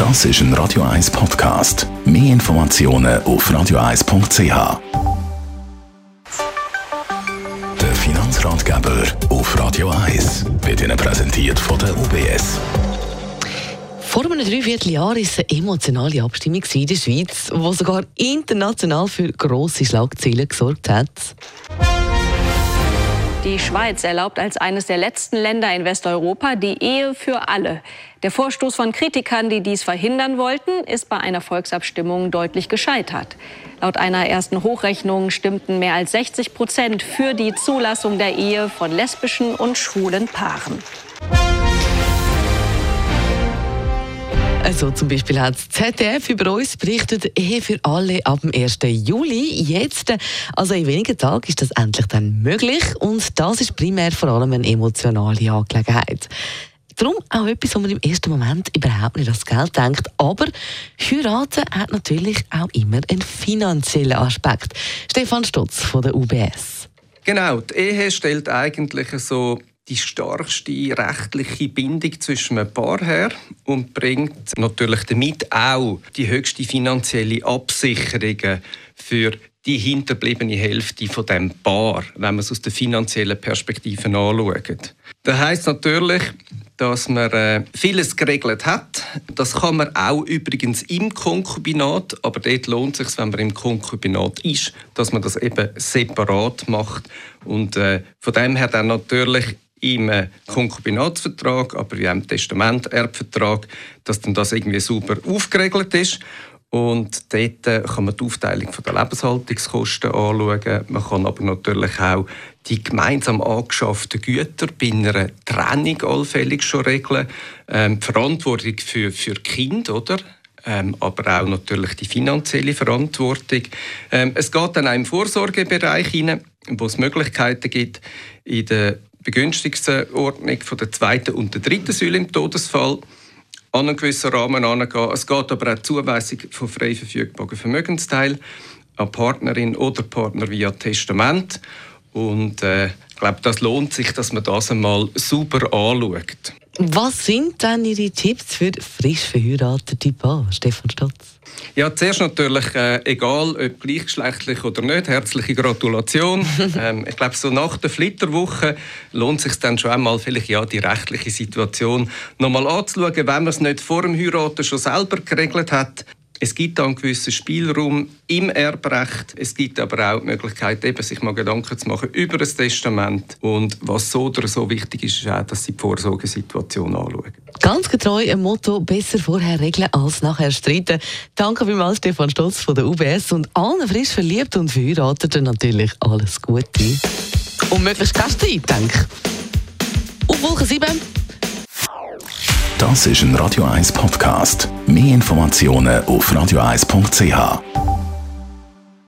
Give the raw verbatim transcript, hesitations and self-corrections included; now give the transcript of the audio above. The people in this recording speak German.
Das ist ein Radio eins Podcast. Mehr Informationen auf radio eins punkt c h. Der Finanzratgeber auf Radio eins wird Ihnen präsentiert von der U B S. Vor einem Dreivierteljahr war es eine emotionale Abstimmung in der Schweiz, die sogar international für grosse Schlagzeilen gesorgt hat. Die Schweiz erlaubt als eines der letzten Länder in Westeuropa die Ehe für alle. Der Vorstoß von Kritikern, die dies verhindern wollten, ist bei einer Volksabstimmung deutlich gescheitert. Laut einer ersten Hochrechnung stimmten mehr als sechzig Prozent für die Zulassung der Ehe von lesbischen und schwulen Paaren. Also zum Beispiel hat das Z D F über uns berichtet, Ehe für alle ab dem ersten Juli. Jetzt, also in wenigen Tagen, ist das endlich dann möglich. Und das ist primär vor allem eine emotionale Angelegenheit. Darum auch etwas, wo man im ersten Moment überhaupt nicht an das Geld denkt. Aber heiraten hat natürlich auch immer einen finanziellen Aspekt. Stefan Stotz von der U B S. Genau, die Ehe stellt eigentlich so die stärkste rechtliche Bindung zwischen einem Paar her und bringt natürlich damit auch die höchste finanzielle Absicherung für die hinterbliebene Hälfte von dem Paar, wenn man es aus der finanziellen Perspektive anschaut. Das heisst natürlich, dass man äh, vieles geregelt hat. Das kann man auch übrigens im Konkubinat, aber dort lohnt es sich, wenn man im Konkubinat ist, dass man das eben separat macht. Und äh, von dem her dann natürlich im Konkubinatsvertrag, aber wie auch im Testament-Erbvertrag, dass dann das irgendwie sauber aufgeregelt ist. Und dort kann man die Aufteilung der Lebenshaltungskosten anschauen. Man kann aber natürlich auch die gemeinsam angeschafften Güter bei einer Trennung allfällig schon regeln. Ähm, die Verantwortung für, für Kinder, oder? Ähm, aber auch natürlich die finanzielle Verantwortung. Ähm, es geht dann auch im Vorsorgebereich hinein, wo es Möglichkeiten gibt, in der begünstigsten Ordnung von der zweiten und der dritten Säule im Todesfall an einen gewissen Rahmen herangehen. Es geht aber auch die Zuweisung von frei verfügbaren Vermögensteilen an Partnerin oder Partner via Testament. Und äh, ich glaube, das lohnt sich, dass man das einmal sauber anschaut. Was sind denn Ihre Tipps für frisch verheiratete Paare, Stefan Stotz? Ja, zuerst natürlich, äh, egal ob gleichgeschlechtlich oder nicht, herzliche Gratulation. ähm, ich glaube, so nach der Flitterwoche lohnt es sich dann schon einmal vielleicht ja die rechtliche Situation nochmal anzuschauen, wenn man es nicht vor dem Heiraten schon selber geregelt hat. Es gibt da einen gewissen Spielraum im Erbrecht. Es gibt aber auch die Möglichkeit, eben, sich mal Gedanken zu machen über ein Testament. Und was so oder so wichtig ist, ist auch, dass Sie die Vorsorgesituation anschauen. Ganz getreu im Motto, besser vorher regeln als nachher streiten. Danke vielmals, Stefan Stotz von der U B S. Und allen frisch verliebt und Verheirateten natürlich alles Gute. Und möglichst kein Streit, denke ich. Auf Wolke sieben. Das ist ein Radio eins Podcast. Mehr Informationen auf radio eins punkt c h.